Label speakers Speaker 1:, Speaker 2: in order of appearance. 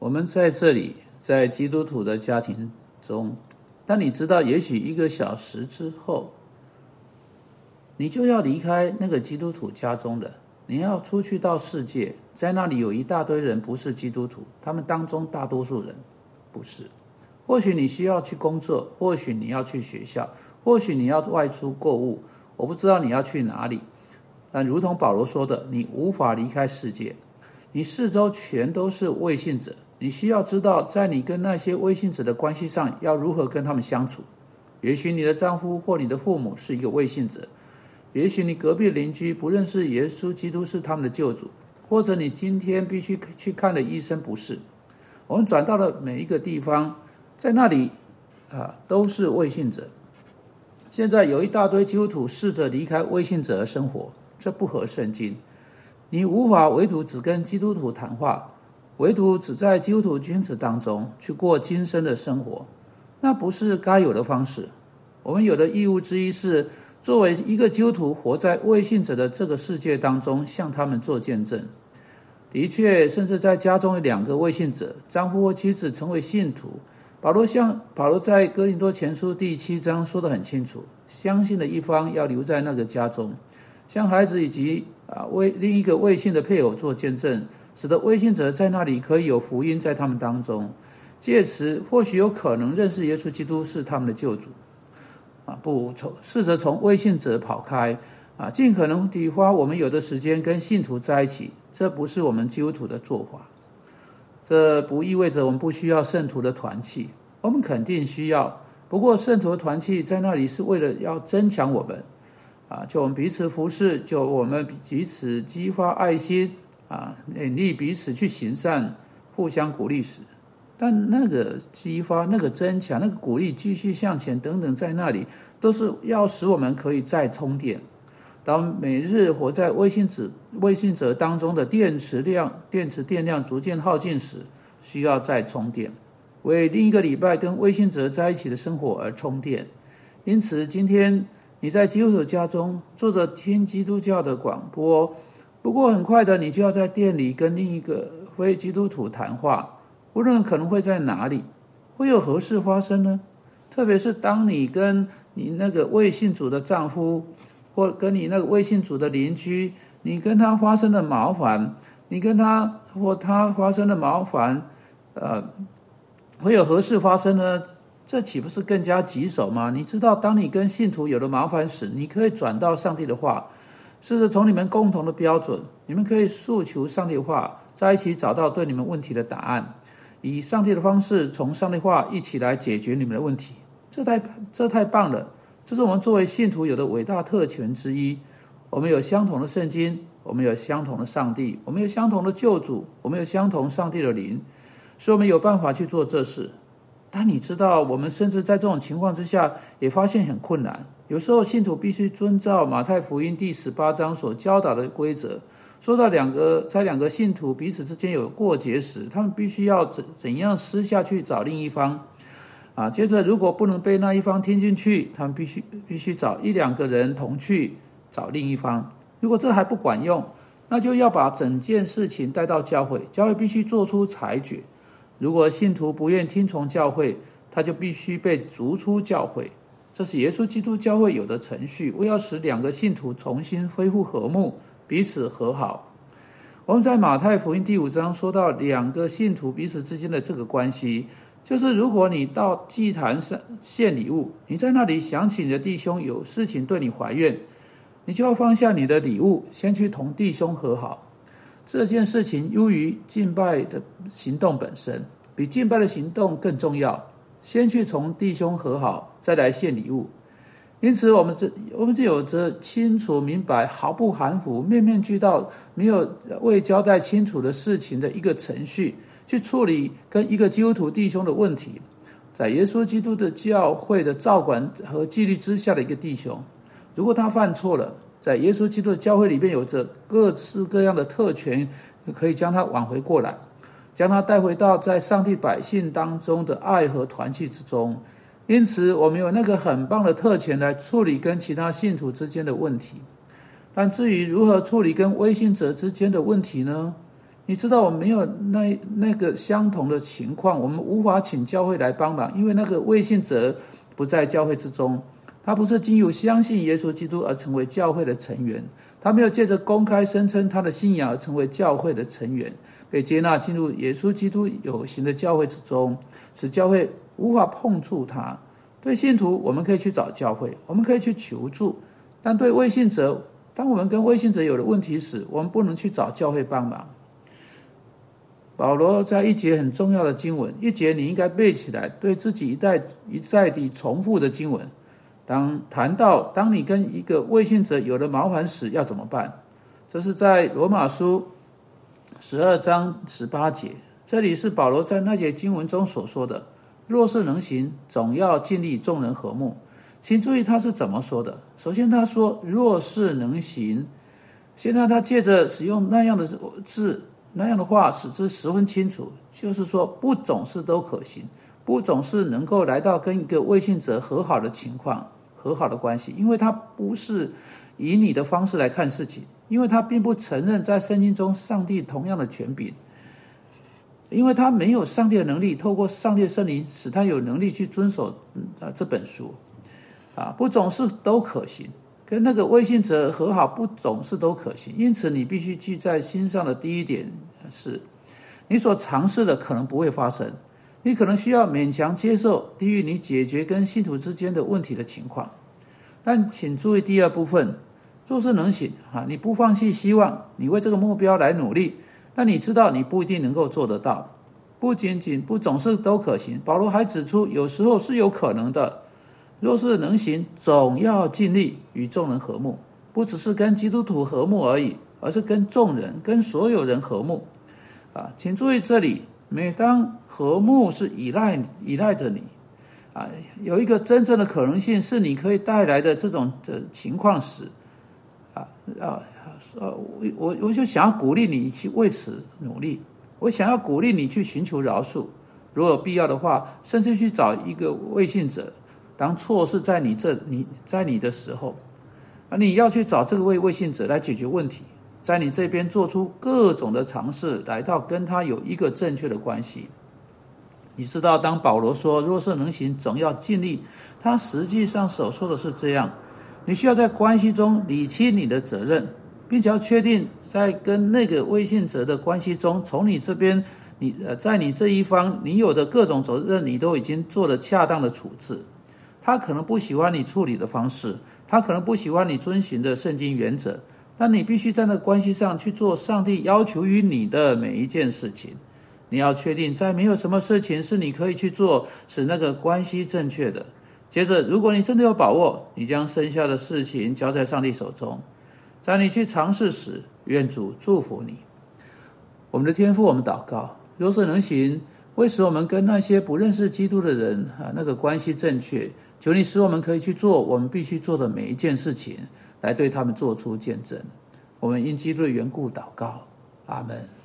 Speaker 1: 我们在这里，在基督徒的家庭中，当你知道也许1个小时之后，你就要离开那个基督徒家中了，你要出去到世界，在那里有一大堆人不是基督徒，他们当中大多数人不是。或许你需要去工作，或许你要去学校，或许你要外出购物，我不知道你要去哪里。但如同保罗说的，你无法离开世界，你四周全都是未信者，你需要知道在你跟那些未信者的关系上要如何跟他们相处。也许你的丈夫或你的父母是一个未信者，也许你隔壁邻居不认识耶稣基督是他们的救主，或者你今天必须去看的医生不是。我们转到了每一个地方，在那里都是未信者。现在有一大堆基督徒试着离开未信者而生活，这不合圣经。你无法唯独只跟基督徒谈话，唯独只在基督徒圈子当中去过今生的生活，那不是该有的方式。我们有的义务之一是作为一个基督徒活在未信者的这个世界当中，向他们做见证。的确，甚至在家中有2个未信者，丈夫或妻子成为信徒，保罗在哥林多前书第7章说得很清楚，相信的一方要留在那个家中，向孩子以及为另一个未信的配偶做见证，使得未信者在那里可以有福音在他们当中，借此或许有可能认识耶稣基督是他们的救主。试着从未信者跑开，尽可能地花我们有的时间跟信徒在一起，这不是我们基督徒的做法。这不意味着我们不需要圣徒的团契，我们肯定需要，不过圣徒的团契在那里是为了要增强我们，就我们彼此服侍，就我们彼此激发爱心，勉励彼此去行善，互相鼓励时。但那个激发、那个增强、那个鼓励继续向前等等，在那里都是要使我们可以再充电。当每日活在未信者当中的电池电量逐渐耗尽时，需要再充电，为另一个礼拜跟未信者在一起的生活而充电。因此今天你在基督徒家中坐着听基督教的广播，不过很快的你就要在店里跟另一个非基督徒谈话，无论可能会在哪里，会有何事发生呢？特别是当你跟你那个未信主的丈夫，或跟你那个未信主的邻居，你跟他发生了麻烦，你跟他或他发生了麻烦，会有何事发生呢？这岂不是更加棘手吗？你知道，当你跟信徒有了麻烦时，你可以转到上帝的话，试着从你们共同的标准，你们可以诉求上帝的话，在一起找到对你们问题的答案，以上帝的方式，从上帝话一起来解决你们的问题。这太棒了，这是我们作为信徒有的伟大特权之一。我们有相同的圣经，我们有相同的上帝，我们有相同的救主，我们有相同上帝的灵，所以我们有办法去做这事。但你知道，我们甚至在这种情况之下也发现很困难。有时候信徒必须遵照马太福音第18章所教导的规则，说到在两个信徒彼此之间有过节时，他们必须要怎样私下去找另一方。接着如果不能被那一方听进去，他们必须找1-2个人同去找另一方。如果这还不管用，那就要把整件事情带到教会，教会必须做出裁决。如果信徒不愿听从教会，他就必须被逐出教会。这是耶稣基督教会有的程序，为要使2个信徒重新恢复和睦，彼此和好。我们在马太福音第5章说到2个信徒彼此之间的这个关系，就是如果你到祭坛上献礼物，你在那里想起你的弟兄有事情对你怀怨，你就要放下你的礼物，先去同弟兄和好。这件事情优于敬拜的行动本身，比敬拜的行动更重要。先去从弟兄和好，再来献礼物。因此我们只有着清楚明白、毫不含糊、面面俱到、没有未交代清楚的事情的一个程序，去处理跟一个基督徒弟兄的问题。在耶稣基督的教会的照管和纪律之下的一个弟兄，如果他犯错了，在耶稣基督的教会里面有着各式各样的特权，可以将他挽回过来，将他带回到在上帝百姓当中的爱和团契之中。因此我们有那个很棒的特权来处理跟其他信徒之间的问题。但至于如何处理跟未信者之间的问题呢？ 你知道我们没有那个相同的情况，我们无法请教会来帮忙，因为那个未信者不在教会之中，他不是经由相信耶稣基督而成为教会的成员，他没有借着公开声称他的信仰而成为教会的成员，被接纳进入耶稣基督有形的教会之中，使教会无法碰触他。对信徒，我们可以去找教会，我们可以去求助，但对未信者，当我们跟未信者有了问题时，我们不能去找教会帮忙。保罗在一节很重要的经文，一节你应该背起来，对自己一再地重复的经文。谈到当你跟一个未信者有了麻烦时要怎么办，这是在罗马书12章18节，这里是保罗在那节经文中所说的，若是能行，总要尽力众人和睦。请注意他是怎么说的。首先他说若是能行，现在他借着使用那样的字那样的话使之十分清楚，就是说不总是都可行，不总是能够来到跟一个未信者和好的情况，和好的关系，因为他不是以你的方式来看事情，因为他并不承认在圣经中上帝同样的权柄，因为他没有上帝的能力透过上帝的圣灵使他有能力去遵守这本书不总是都可行，跟那个未信者和好不总是都可行。因此你必须记在心上的第一点是，你所尝试的可能不会发生，你可能需要勉强接受低于你解决跟信徒之间的问题的情况。但请注意第二部分，若是能行你不放弃希望，你为这个目标来努力，但你知道你不一定能够做得到，不仅仅不总是都可行，保罗还指出有时候是有可能的。若是能行，总要尽力与众人和睦，不只是跟基督徒和睦而已，而是跟众人，跟所有人和睦请注意这里，每当和睦是依赖着你有一个真正的可能性是你可以带来的这种的情况时我就想要鼓励你去为此努力，我想要鼓励你去寻求饶恕，如果有必要的话，甚至去找一个未信者，当错是在你的时候你要去找这个未信者来解决问题，在你这边做出各种的尝试，来到跟他有一个正确的关系。你知道当保罗说若是能行总要尽力，他实际上所说的是这样，你需要在关系中理清你的责任，并且要确定在跟那个未信者的关系中，从你这边在你这一方你有的各种责任你都已经做了恰当的处置。他可能不喜欢你处理的方式，他可能不喜欢你遵循的圣经原则，但你必须在那关系上去做上帝要求于你的每一件事情。你要确定在没有什么事情是你可以去做使那个关系正确的。接着如果你真的有把握，你将剩下的事情交在上帝手中，在你去尝试时，愿主祝福你。我们的天父，我们祷告，若是能行，为使我们跟那些不认识基督的人那个关系正确，求你使我们可以去做我们必须做的每一件事情，来对他们做出见证。我们因基督的缘故祷告，阿们。